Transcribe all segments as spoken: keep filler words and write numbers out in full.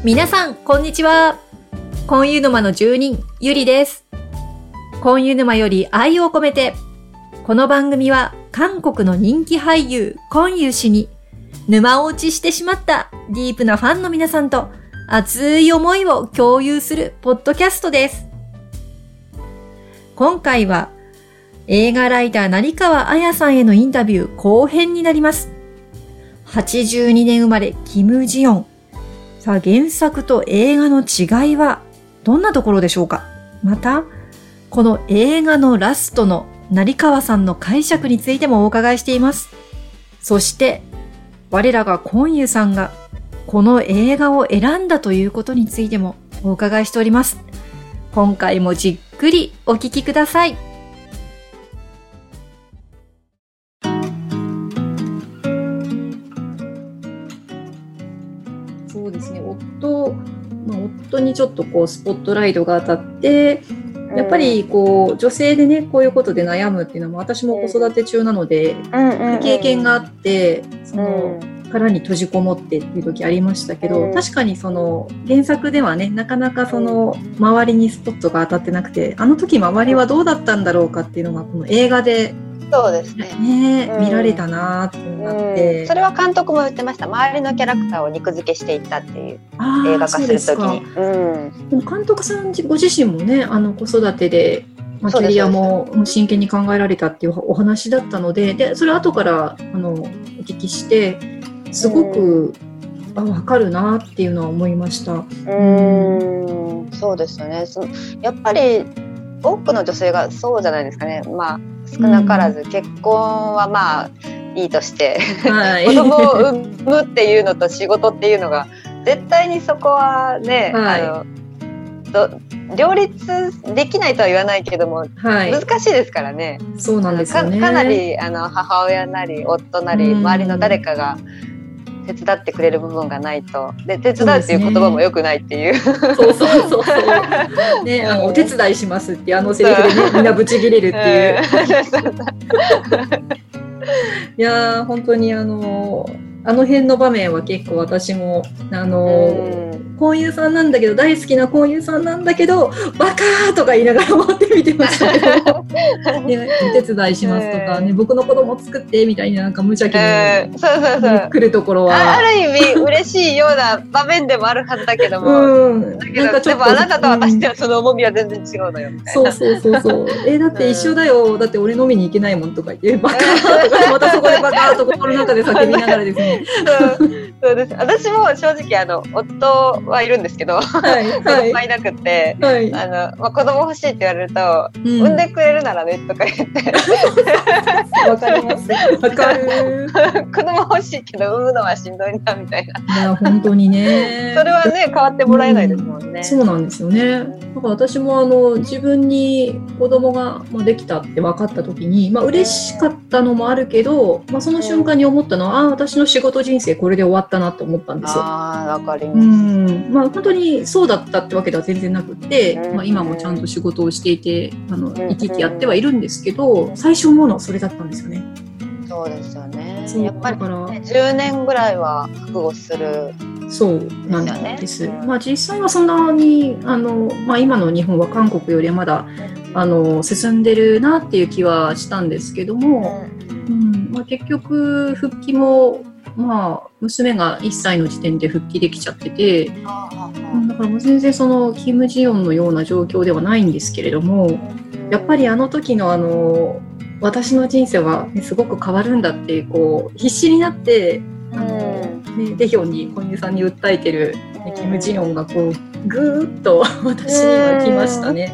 皆さん、こんにちは。コンユ沼の住人、ゆりです。コンユ沼より愛を込めて、この番組は韓国の人気俳優、コンユ氏に沼落ちしてしまったディープなファンの皆さんと熱い思いを共有するポッドキャストです。今回は映画ライター成川彩さんへのインタビュー後編になります。はちじゅうにねん生まれキム・ジヨン。さあ、原作と映画の違いはどんなところでしょうか。また、この映画のラストの成川さんの解釈についてもお伺いしています。そして、我らがコンユさんがこの映画を選んだということについてもお伺いしております。今回もじっくりお聞きください。そうですね、夫、まあ、夫にちょっとこうスポットライトが当たって、やっぱりこう女性でね、こういうことで悩むっていうのも私も子育て中なので、経験があって、その殻に閉じこもってっていう時ありましたけど、確かにその原作ではね、なかなかその周りにスポットが当たってなくて、あの時周りはどうだったんだろうかっていうのがこの映画でそうですね、 ね、うん、見られたなっていうのがあって、 うん、それは監督も言ってました。周りのキャラクターを肉付けしていったっていう、映画化するときに、うん、 でも監督さんご自身もね、あの子育てで、まあ、キャリアも真剣に考えられたっていうお話だったので、でそれ後からあのお聞きしてすごく、うん、あ分かるなっていうのは思いました。 うーん、そうですよね。そのやっぱり多くの女性がそうじゃないですかね。まあ少なからず、うん、結婚はまあいいとして、はい、子供を産むっていうのと仕事っていうのが絶対にそこはね、はい、あのど両立できないとは言わないけども、はい、難しいですからね。 そうなんですよね。 か, かなりあの母親なり夫なり周りの誰かが手伝ってくれる部分がないと、で手伝うっていう言葉も良くないっていう、 そうそうそうそうね、あのお手伝いしますってあのセリフでね、みんなブチギレるっていういやー本当にあのあの辺の場面は結構私もあのコンユさんなんだけど、大好きなコンユさんなんだけどバカーとか言いながら待って見てましたけどね、お手伝いしますとかね、僕の子供作ってみたいな、なんか無邪気に、えー、そうそうそう来るところはあ, ある意味嬉しいような場面でもあるはずだけども、うん、だけどなんかちょっとでもあなたと私ではその重みは全然違うのよみたいな、 そうそうそうそうえー、だって一緒だよ、うん、だって俺飲みに行けないもんとか言ってバカーとかまたそこでバカーと心の中で叫びながらですねそうそうです。私も正直あの夫はいるんですけど、はいはい、子供はいなくて、はい、あのまあ、子供欲しいって言われると、うん、産んでくれるならねとか言ってわかりますわかる子供欲しいけど産むのはしんどいなみたいな。 いや本当にねそれはね変わってもらえないですもんね、 うん、そうなんですよね、うん、だから私もあの自分に子供ができたって分かった時に、まあ、嬉しかったのもあるけど、まあ、その瞬間に思ったのは、うん、あ私の仕事人生これで終わったなと思ったんですよ。 あー、わかります。 うん、まあ、本当にそうだったってわけでは全然なくって、うんまあ、今もちゃんと仕事をしていてあの生き生きやってはいるんですけど、最初思うのはそれだったんですよね。 そうですよね。やっぱり、ね、じゅうねんぐらいは覚悟する。 そうなんです。うん、まあ、実際はそんなにあの、まあ、今の日本は韓国よりはまだあの進んでるなっていう気はしたんですけども、うんうんまあ、結局復帰もまあ、娘がいっさいの時点で復帰できちゃってて、だからもう全然そのキム・ジヨンのような状況ではないんですけれども、やっぱりあの時のあの私の人生は、ね、すごく変わるんだってこう必死になってあの、ね、デヒョンにコンユさんに訴えてる、ね、キム・ジヨンがこうぐーっと私には来ましたね。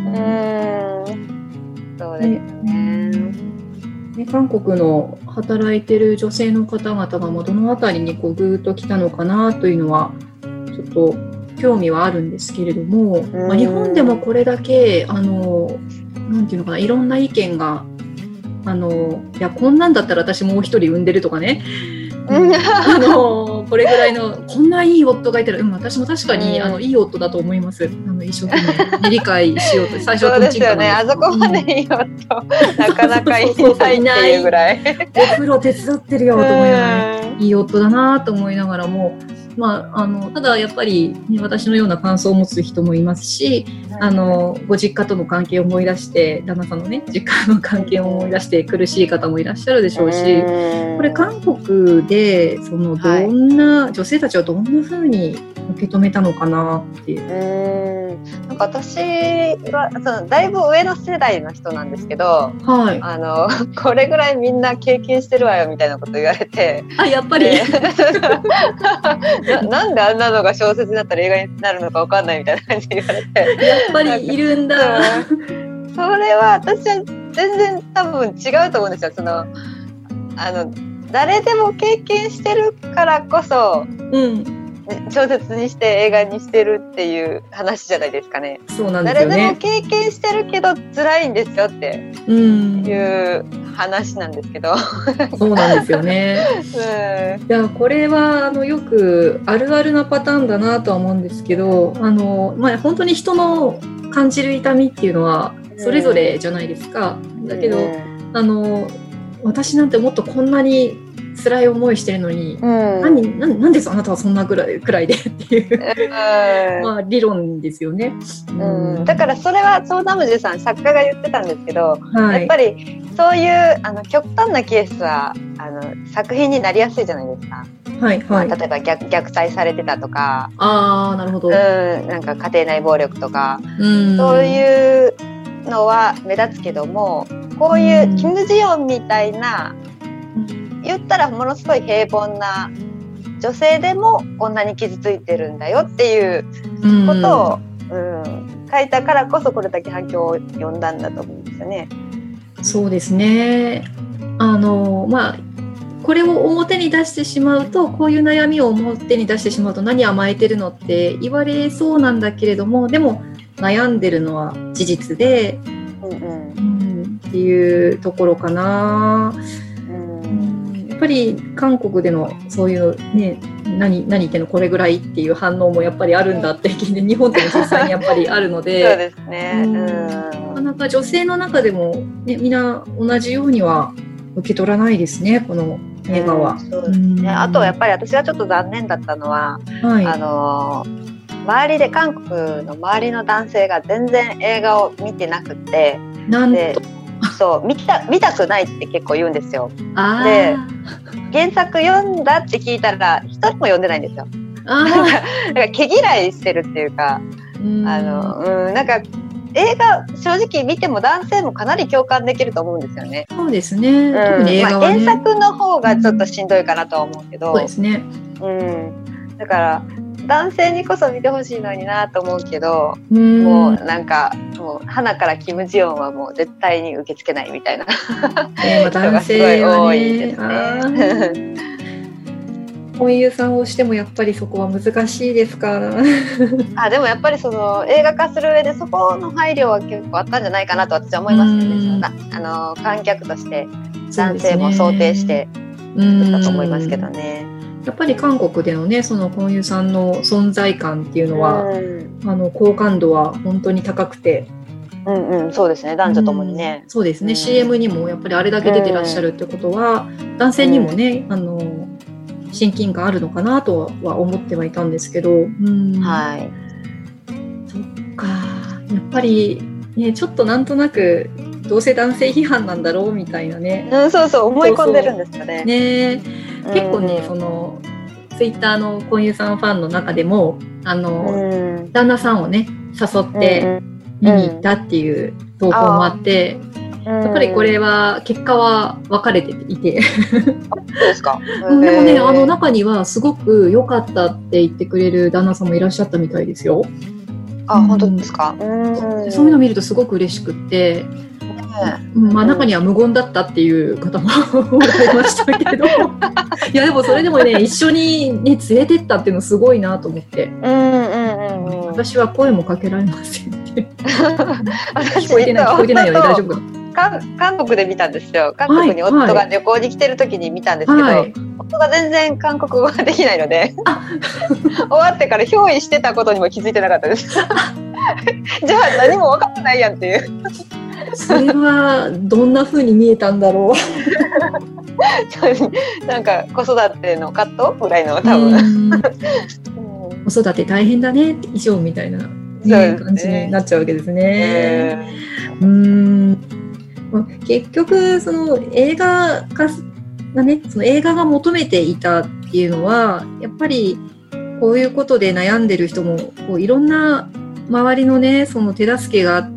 そうですね。 韓国の働いてる女性の方々がどのあたりにこうぐーっと来たのかなというのはちょっと興味はあるんですけれども、まあ、日本でもこれだけあのなんていうのかないろんな意見があのいやこんなんだったら私もう一人産んでるとかねあのこれぐらいのこんないい夫がいたら、うん、私も確かに、うん、あのいい夫だと思います。あの一生懸命理解しようと最初はそうですよね。あそこまでいい夫、うん、なかなかいないっていうぐらいお風呂手伝ってるよと思いながら、いい夫だなと思いながらもまあ、あのただやっぱり、ね、私のような感想を持つ人もいますし、あのご実家との関係を思い出して旦那さんのね実家の関係を思い出して苦しい方もいらっしゃるでしょうし、これ韓国でそのどんな、はい、女性たちはどんな風に受け止めたのかなっていう。 うーん、なんか私はそのだいぶ上の世代の人なんですけど、はい、あのこれぐらいみんな経験してるわよみたいなこと言われて、 あ、やっぱりな, なんであんなのが小説になったら映画になるのか分かんないみたいな感じで言われて、 やっぱりいるんだ。 それは私は全然多分違うと思うんですよ。そのあの誰でも経験してるからこそ、うん、小説にして映画にしてるっていう話じゃないですかね。 そうなんですよね。 誰でも経験してるけど辛いんですよっていう話なんですけど、 うん、そうなんですよね、うん、いやこれはあのよくあるあるなパターンだなとは思うんですけど、あの、まあ、本当に人の感じる痛みっていうのはそれぞれじゃないですか、うん、だけど、うん、あの私なんてもっとこんなに辛い思いしてるのに、うん、何 な, なんであなたはそんなくらいくらいでっていう、うんまあ、理論ですよね、 うん、だからそれはソーナムジュさん作家が言ってたんですけど、はい、やっぱりそういうあの極端なケースはあの作品になりやすいじゃないですか、はいはい、まあ、例えば 虐, 虐待されてたとか、 あー、なるほど、 うん、なんか家庭内暴力とか、うん、そういうのは目立つけども、こういうキム・ジヨンみたいな、言ったらものすごい平凡な女性でもこんなに傷ついてるんだよっていうことを、うんうん、書いたからこそこれだけ反響を呼んだんだと思うんですよね。 そうですね。あの、まあ、これを表に出してしまうと、こういう悩みを表に出してしまうと何甘えてるのって言われそうなんだけれども、でも悩んでるのは事実で、うんうんうん、っていうところかな。やっぱり韓国でのそういうね、何何言ってんのこれぐらいっていう反応もやっぱりあるんだって聞いて、日本でも実際にやっぱりあるのでそうですね、うん、 なかなか女性の中でも、ね、みんな同じようには受け取らないですね、この映画は、うん、そうですね。 あとやっぱり私がちょっと残念だったのは、はい、あの周りで韓国の周りの男性が全然映画を見てなくて、 なんとそう 見た、見たくないって結構言うんですよ。で原作読んだって聞いたら一人も読んでないんですよ。あなんかなんか毛嫌いしてるっていうか、うんあのうん、なんか映画正直見ても男性もかなり共感できると思うんですよね。 そうですね、うん特に映画はね、 まあ、原作の方がちょっとしんどいかなとは思うけど、 うん、そうですね、 うん、だから男性にこそ見てほしいのになと思うけど、うん、もうなんかもう花からキム・ジヨンはもう絶対に受け付けないみたいな、 えー、男性は、ね、多いですね。本優さんをしてもやっぱりそこは難しいですか？ あでもやっぱりその映画化する上でそこの配慮は結構あったんじゃないかなと私は思いますよね。あの観客として男性も想定して作ったと思いますけどね。 やっぱり韓国でのね、その本優さんの存在感っていうのは、あの好感度は本当に高くて、 うんうん、そうですね、男女ともにね、 うん、そうですね、うん、シーエム にもやっぱりあれだけ出てらっしゃるってことは、うん、男性にもね、あの親近感あるのかなとは思ってはいたんですけど、うん、はい、そっか、やっぱり、ね、ちょっとなんとなくどうせ男性批判なんだろうみたいなね、 うん、そうそう思い込んでるんですかね。 ね、結構ね、そのツイッターの婚友さんファンの中でもあの、うん、旦那さんをね誘って見に行ったっていう投稿もあって、うん、やっぱりこれは結果は分かれていてそうですか。 でもね、あの中にはすごく良かったって言ってくれる旦那さんもいらっしゃったみたいですよ。 あ、うん、本当ですか。 うん、そういうのを見るとすごく嬉しくって、うんまあ、中には無言だったっていう方もおられましたけどいやでもそれでもね一緒に、ね、連れてったっていうのすごいなと思って、うんうんうん、私は声もかけられませんって聞こえてない聞こえてないよね大丈夫韓国で見たんですよ。韓国に夫が旅行に来てる時に見たんですけど、はいはい、夫が全然韓国語ができないので終わってから憑依してたことにも気づいてなかったですじゃあ何も分かってないやんっていうそれはどんな風に見えたんだろうなんか子育ての葛藤ぐらいの多分、うん、 子育て大変だね以上みたいな、ねね、感じになっちゃうわけですね。えー、うーん結局その映画化がね、その映画が求めていたっていうのはやっぱりこういうことで悩んでる人もこういろんな周りのねその手助けがあって、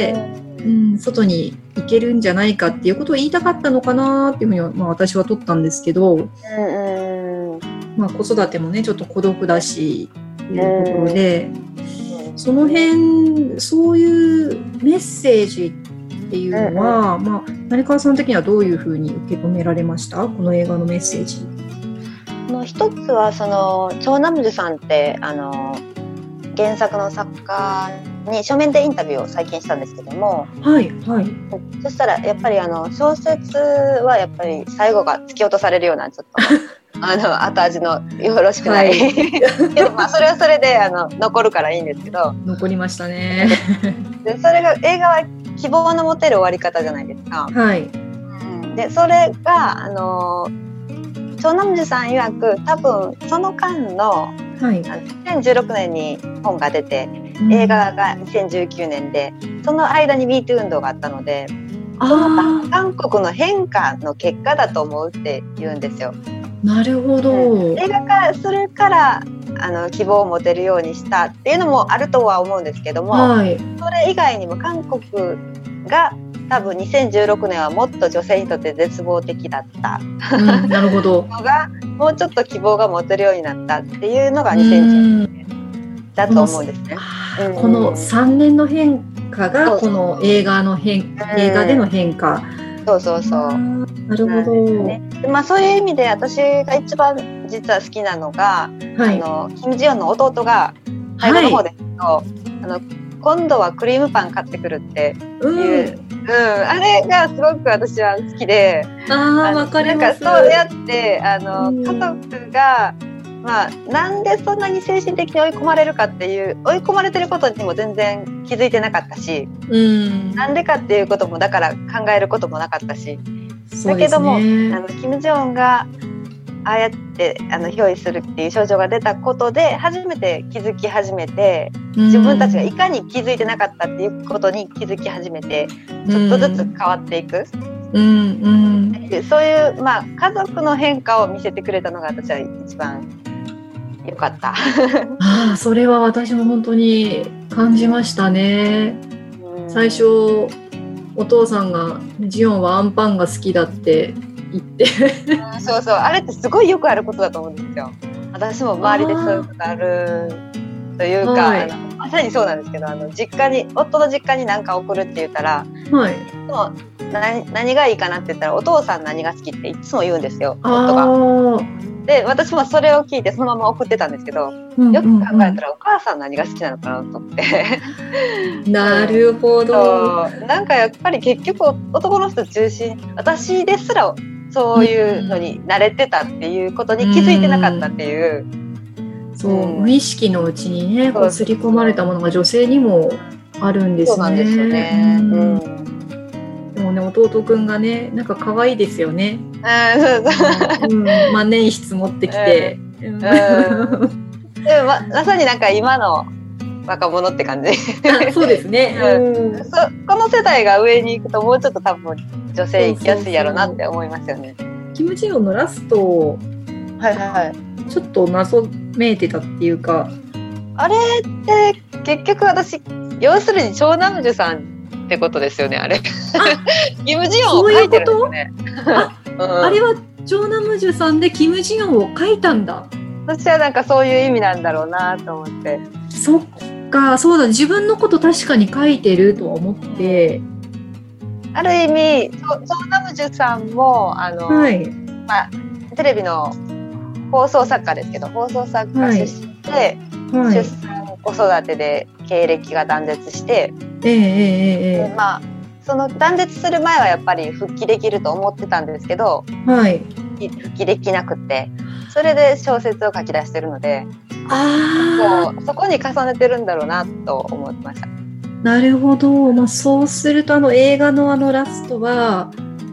うん、外に行けるんじゃないかっていうことを言いたかったのかなっていうふうには、まあ、私は取ったんですけど、うんうんまあ、子育てもねちょっと孤独だしっていうところで、うん、その辺そういうメッセージっていうのは、うんうんまあ、成川さん的にはどういうふうに受け止められました？この映画のメッセージ。 の一つはそのチョー・ナムジュさんってあの原作の作家に書面でインタビューを最近したんですけども、 はいはい、 そしたらやっぱりあの小説はやっぱり最後が突き落とされるようなちょっとあの後味のよろしくない、はい、けどまあそれはそれであの残るからいいんですけど残りましたねでそれが映画は希望の持てる終わり方じゃないですか。 はい、 でそれがあのチョー・ナムジュさん曰く多分その間の、はい、にせんじゅうろくねんに本が出て、うん、映画がにせんじゅうきゅうねんでその間に ミートゥー 運動があったのでその韓国の変化の結果だと思うって言うんですよ。 なるほど、 うん、映画がそれからあの希望を持てるようにしたっていうのもあるとは思うんですけども、はい、それ以外にも韓国が多分にせんじゅうろくねんはもっと女性にとって絶望的だった、 うん、なるほどのがもうちょっと希望が持てるようになったっていうのがにせんじゅうろくねんだと思うんですね。 この、このさんねんの変化がこの映画の変映画での変化、 そうそうそうなるほど、 ねでまあ、そういう意味で私が一番実は好きなのが、はい、あのキム・ジヨンの弟が最後の方ですけど、はい、あの今度はクリームパン買ってくるっていう、うんうん、あれがすごく私は好きで、 ああわかります。 なんかそうやってあの、うん、家族が、まあ、なんでそんなに精神的に追い込まれるかっていう追い込まれてることにも全然気づいてなかったし、うん、なんでかっていうこともだから考えることもなかったし、だけどもあのキム・ジョンがああやってあの憑依するっていう症状が出たことで初めて気づき始めて、自分たちがいかに気づいてなかったっていうことに気づき始めてちょっとずつ変わっていく、うんうん、でそういう、まあ、家族の変化を見せてくれたのが私は一番良かったああそれは私も本当に感じましたね、うん、最初お父さんがジヨンはアンパンが好きだって言ってうん、そうそうあれってすごいよくあることだと思うんですよ。私も周りでそういうことあるというか、はい、まさにそうなんですけどあの実家に夫の実家に何か送るって言ったら、はい、いつも 何, 何がいいかなって言ったらお父さん何が好きっていつも言うんですよ夫が。で私もそれを聞いてそのまま送ってたんですけど、うんうんうん、よく考えたらお母さん何が好きなのかなと思ってなるほど、 なんかやっぱり結局男の人中心私ですらそういうのに慣れてたっていうことに気づいてなかったっていう、 うん、そう、うん、無意識のうちにねこう刷り込まれたものが女性にもあるんですね。 そうなんですよね、うんうんでもね弟くんがねなんか可愛いですよね。うん、万年筆持ってきて、うんうん、でも ま, まさになんか今の若者って感じ。 あそうですね、 うん、そこの世代が上に行くともうちょっと多分女性行きやすいやろなって思いますよね。 そうそうそうキム・ジヨンのラスト、はいはい、ちょっと謎めいてたっていうかあれって結局私要するにチョー・ナムジュさんってことですよねあれキム・ジヨンを書いてるんですね。 あ、うん、あれはチョー・ナムジュさんでキム・ジヨンを書いたんだ。 私はなんかそういう意味なんだろうなと思って。 そっかそうだ自分のこと確かに書いてるとは思って、 ある意味チョー・ナムジュさんもあの、はいまあ、テレビの放送作家ですけど放送作家出身で、はいはい、出産子育てで経歴が断絶して、えーえーえーまあ、その断絶する前はやっぱり復帰できると思ってたんですけど、はい、復帰できなくってそれで小説を書き出してるのであこうそこに重ねてるんだろうなと思ってました。 なるほど、まあ、そうするとあの映画のあのラストは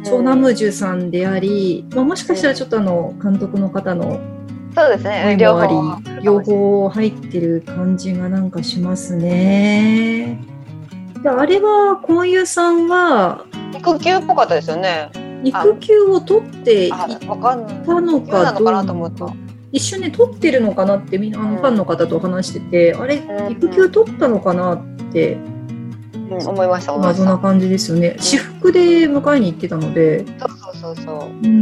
チョ・ナムジュさんであり、まあ、もしかしたらちょっとあの監督の方のそうですね、 両方両方入ってる感じがなんかしますね。であれはコンユさんは育休っぽかったですよね。 育休を取っていたのかどうか、一緒に取ってるのかなってみんなあのファンの方と話してて、うん、あれ育休取ったのかなって、 うん、思いました。 謎な感じですよね、うん、私服で迎えに行ってたので、 そうそうそうそう、 うん、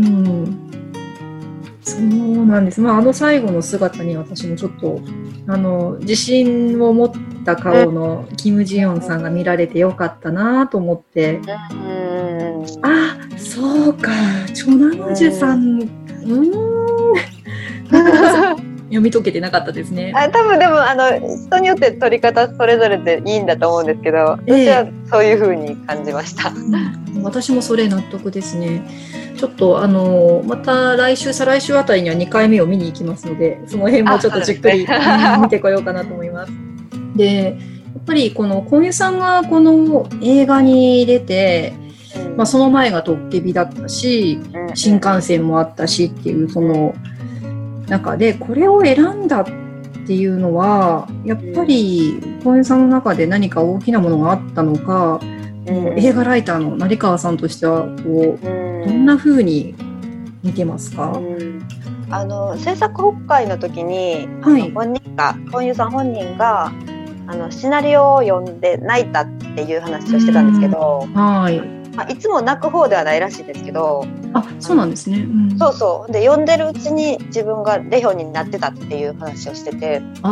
そうなんです。まああの最後の姿に私もちょっとあの自信を持った顔のキム・ジヨンさんが見られてよかったなと思って、うん、あ、そうか、チョ・ナムジュさん、うん、読み解けてなかったですね。 あ、多分でもあの人によって取り方それぞれでいいんだと思うんですけど、私はそういう風に感じました、えー、私もそれ納得ですね。ちょっとあのまた来週再来週あたりにはにかいめを見に行きますので、その辺もちょっとじっくり、ね、見てこようかなと思います。でやっぱりこのコンユさんがこの映画に出て、うん、まあ、その前がトッケビだったし、うん、新幹線もあったしっていうその中でこれを選んだっていうのはやっぱりコンユさんの中で何か大きなものがあったのか、うん、映画ライターの成川さんとしてはこう、うん、どんな風に見てますか？うん、 あの制作北海の時に、はい、本人がコンユさん本人があのシナリオを読んで泣いたっていう話をしてたんですけど、はい、まあ、いつも泣く方ではないらしいですけど、 あ、そうなんですね、うん、 そうそうで読んでるうちに自分がレヒョンになってたっていう話をしてて、あ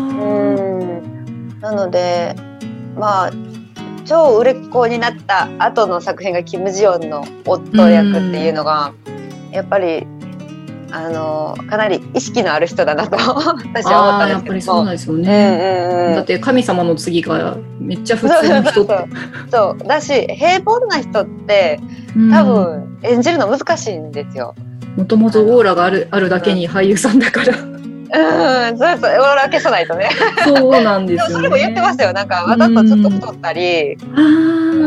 うんなのでまあ超売れっ子になった後の作品がキム・ジヨンの夫役っていうのがやっぱりあのかなり意識のある人だなと私は思ったんですけど。あ、やっぱりそうなんですよね、うんうんうん、だって神様の次がめっちゃ普通の人ってそうそうだし平凡な人って多分演じるの難しいんですよ。 もともとオーラがある、あるだけに俳優さんだからうん、そうそう、オーラ消さないとね。 そうなんですよね。 それも言ってましたよ。なんかわざとちょっと太ったり、うん、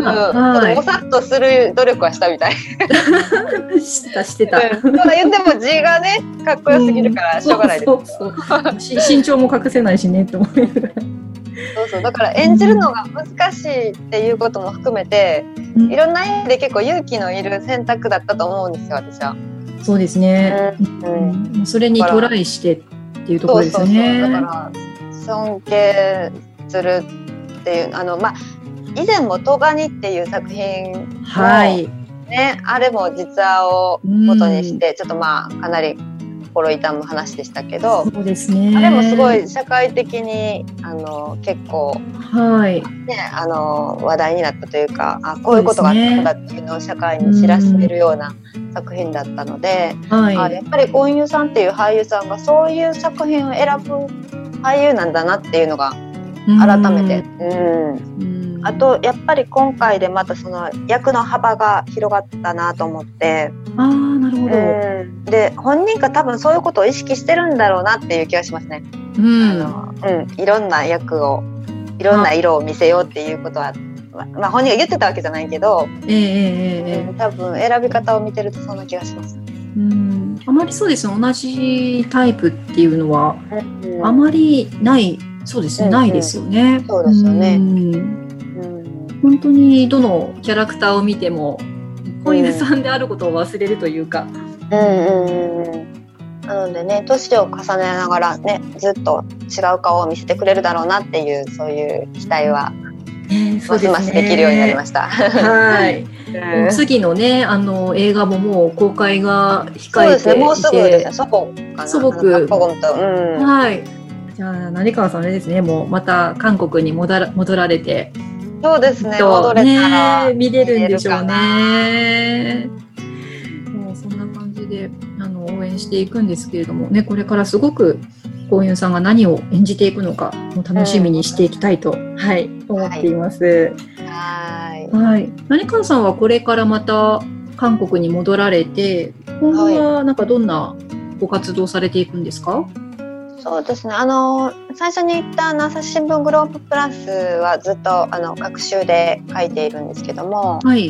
あ、もさっとする努力はしたみたい。 したしてた。 うん、ただ言っても字がねかっこよすぎるからしょうがないです。そうそうそう。身長も隠せないしねと思いながら。 そうそう、だから演じるのが難しいっていうことも含めて、うん、いろんな意味で結構勇気のいる選択だったと思うんですよ、私は。 そうですね。うんうん、それにトライしてっていうところですよね。そうそうそう、だから尊敬するっていう、あのまあ以前もトガニっていう作品を、はいね、あれも実話を元にして、うん、ちょっとまあかなり心痛む話でしたけど、 そうですね、 あれもすごい社会的にあの結構、はいね、あの話題になったというか、あこういうことがあったんだっていうのを社会に知らせるような作品だったので、はい、あやっぱりコンユさんっていう俳優さんがそういう作品を選ぶ俳優なんだなっていうのが改めて、うんうん、あとやっぱり今回でまたその役の幅が広がったなと思って、 あー、なるほど、 うん、で本人が多分そういうことを意識してるんだろうなっていう気がしますね、うん、あのうん、いろんな役をいろんな色を見せようっていうことは、ままあ、本人が言ってたわけじゃないけど、えーえーえー、多分選び方を見てるとそんな気がします。 うん、あまりそうですね、同じタイプっていうのは、うん、あまりないそうですね、うんうん、ないですよね。 そうですよね、うんうん、 本当にどのキャラクターを見てもコンユさんであることを忘れるというか、うんうんうん、なのでね、年を重ねながらねずっと違う顔を見せてくれるだろうなっていう、そういう期待はますますできるようになりました。 はい、うん、次のね、あの映画ももう公開が控えていて、そうですね、もうすぐですね、 祖母かな、 祖母、うん、はい。じゃあ成川さんあれですね、もうまた韓国に戻ら、戻られて、 そうですね、戻れたら、 ね、見れるんでしょうね。もうそんな感じであの応援していくんですけれどもね、これからすごくコンユさんが何を演じていくのかも楽しみにしていきたいと、うん、はい、思っています。はい、はい、成川さんはこれからまた韓国に戻られて、今後はなんかどんなご活動されていくんですか？ そうですね、あの最初に言った朝日新聞グローブプラスはずっとあの学習で書いているんですけども、はい、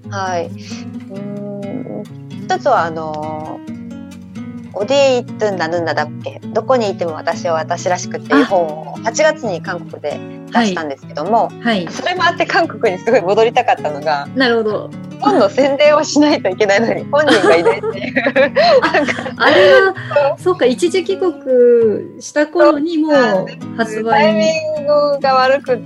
はい。うーん一つはあのオディートゥンダヌンダだっけ、どこにいても私は私らしくっていう本をはちがつに韓国で出したんですけども、はいはい、それもあって韓国にすごい戻りたかったのが、 なるほど、 本の宣伝をしないといけないのに本人がいないっていうあ, あれはそうか、一時帰国した頃にもう発売、 タイミングが悪くって、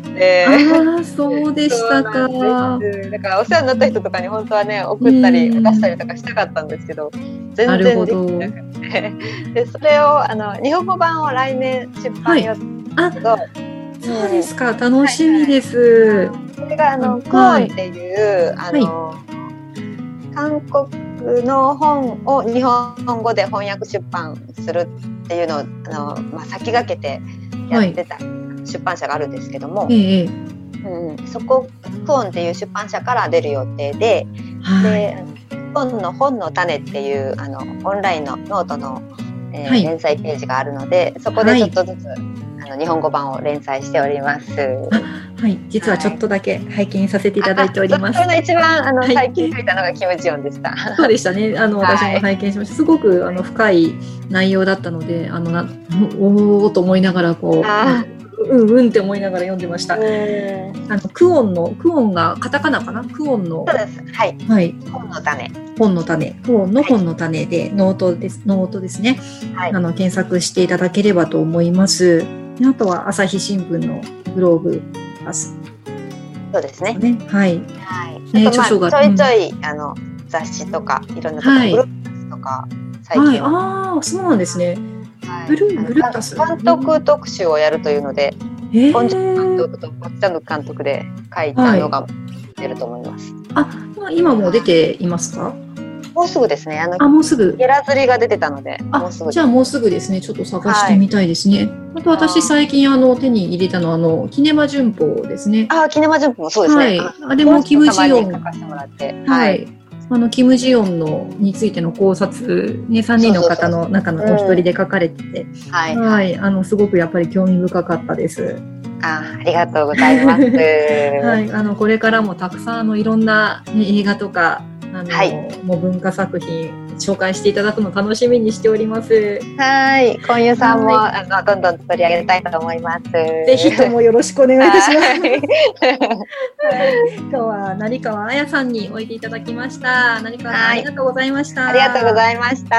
ああそうでしたか。 だからお世話になった人とかに本当はね送ったり渡したりとかしたかったんですけど、全然できなくて、でそれをあの日本語版を来年出版予定ですけど、はい、 そうですか、楽しみです。 はいはい、それがあの、はい、クオンっていう、あの、はい、韓国の本を日本語で翻訳出版するっていうのをあの、まあ、先駆けてやってた出版社があるんですけども、はい、うん、そこクオンっていう出版社から出る予定で、はい、でクオンの本の種っていうあのオンラインのノートの、えーはい、連載ページがあるので、そこでちょっとずつ、はい、あの日本語版を連載しております。 はい、実はちょっとだけ拝見させていただいております。 それが一番あの、はい、最近書いたのがキム・ジヨンでした。 そうでしたね。あの、はい、私も拝見しました。すごくあの深い内容だったので、あのなおおと思いながらこう、うんうんって思いながら読んでました。あのクオンのクオンがカタカナかな？クオンの、 そうです。はい。はい。本の種。 本の種。クオンの本の種で、はい、ノートです。ノートですね。はい。あの検索していただければと思います。あとは朝日新聞のグローブパス。 そうですね。 ね、はい。 はい。ね、著書がちょいちょい、うん、あの雑誌とかいろんなところ、はい、ブルータスとか最近は、 はい、ああ、そうなんですね。はい、ブルーブルータス。 監督特集をやるというので、ポンチャン監督とポンチャンの監督で書いたのが出ると思います。 はい、あ、今も出ていますか？ もうすぐですね。あのあ、もうすぐ。 ゲラ釣りが出てたので、 あ、 もうすぐ。 じゃあもうすぐですね。ちょっと探してみたいですね。はい、あと私最近あの手に入れたのはあのキネマ旬報ですね。 あ、キネマ旬報もそうですね。はい、あ, あれもキムジヨン。 書かせてもらって。 はい。あのキムジヨンのについての考察ね、さんにんの方の中のお一人で書かれてて、はい、はい、あのすごくやっぱり興味深かったです。 あ, ありがとうございます。 はい、あのこれからもたくさんあのいろんな、ね、映画とかあの、はい、もう文化作品紹介していただくの楽しみにしております。 はい、今夜さんも、はい、あのどんどん取り上げたいと思います。 ぜひともよろしくお願いいたします。はい、今日は成川彩さんにおいでいただきました。成川さん、はい、ありがとうございました。 ありがとうございました。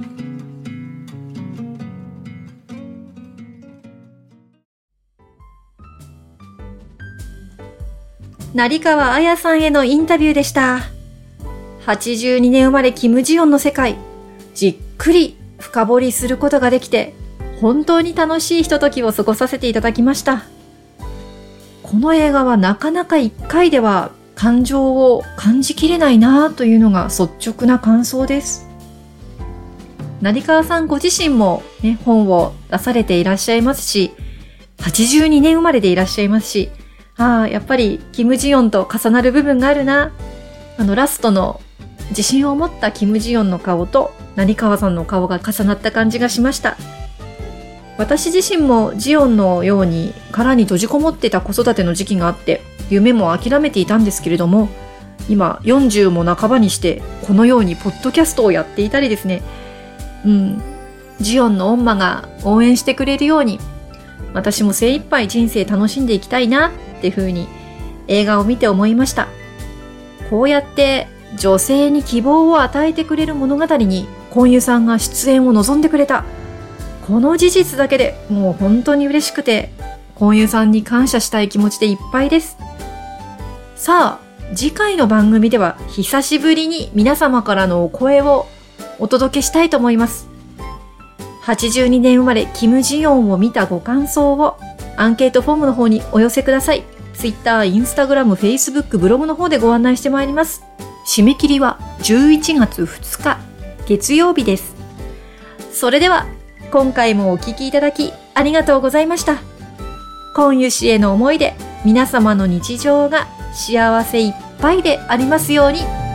成川彩さんへのインタビューでした。はちじゅうにねん生まれキムジヨンの世界、じっくり深掘りすることができて、本当に楽しいひとときを過ごさせていただきました。この映画はなかなかいっかいでは感情を感じきれないなというのが率直な感想です。成川さんご自身も、ね、本を出されていらっしゃいますし、はちじゅうにねん生まれでいらっしゃいますし、ああ、やっぱりキムジヨンと重なる部分があるな。あのラストの自信を持ったキムジヨンの顔と成川さんの顔が重なった感じがしました。私自身もジヨンのように殻に閉じこもっていた子育ての時期があって、夢も諦めていたんですけれども、今よんじゅうも半ばにしてこのようにポッドキャストをやっていたりですね、うん、ジヨンの恩馬が応援してくれるように、私も精一杯人生楽しんでいきたいなっていうふうに映画を見て思いました。こうやって女性に希望を与えてくれる物語にコンユさんが出演を望んでくれた。この事実だけでもう本当に嬉しくて、コンユさんに感謝したい気持ちでいっぱいです。さあ、次回の番組では久しぶりに皆様からのお声をお届けしたいと思います。はちじゅうにねん生まれキムジヨンを見たご感想をアンケートフォームの方にお寄せください。Twitter、Instagram、Facebook、ブログの方でご案内してまいります。締め切りはじゅういちがつふつか月曜日です。それでは今回もお聞きいただきありがとうございました。コンユ氏への思いで皆様の日常が幸せいっぱいでありますように。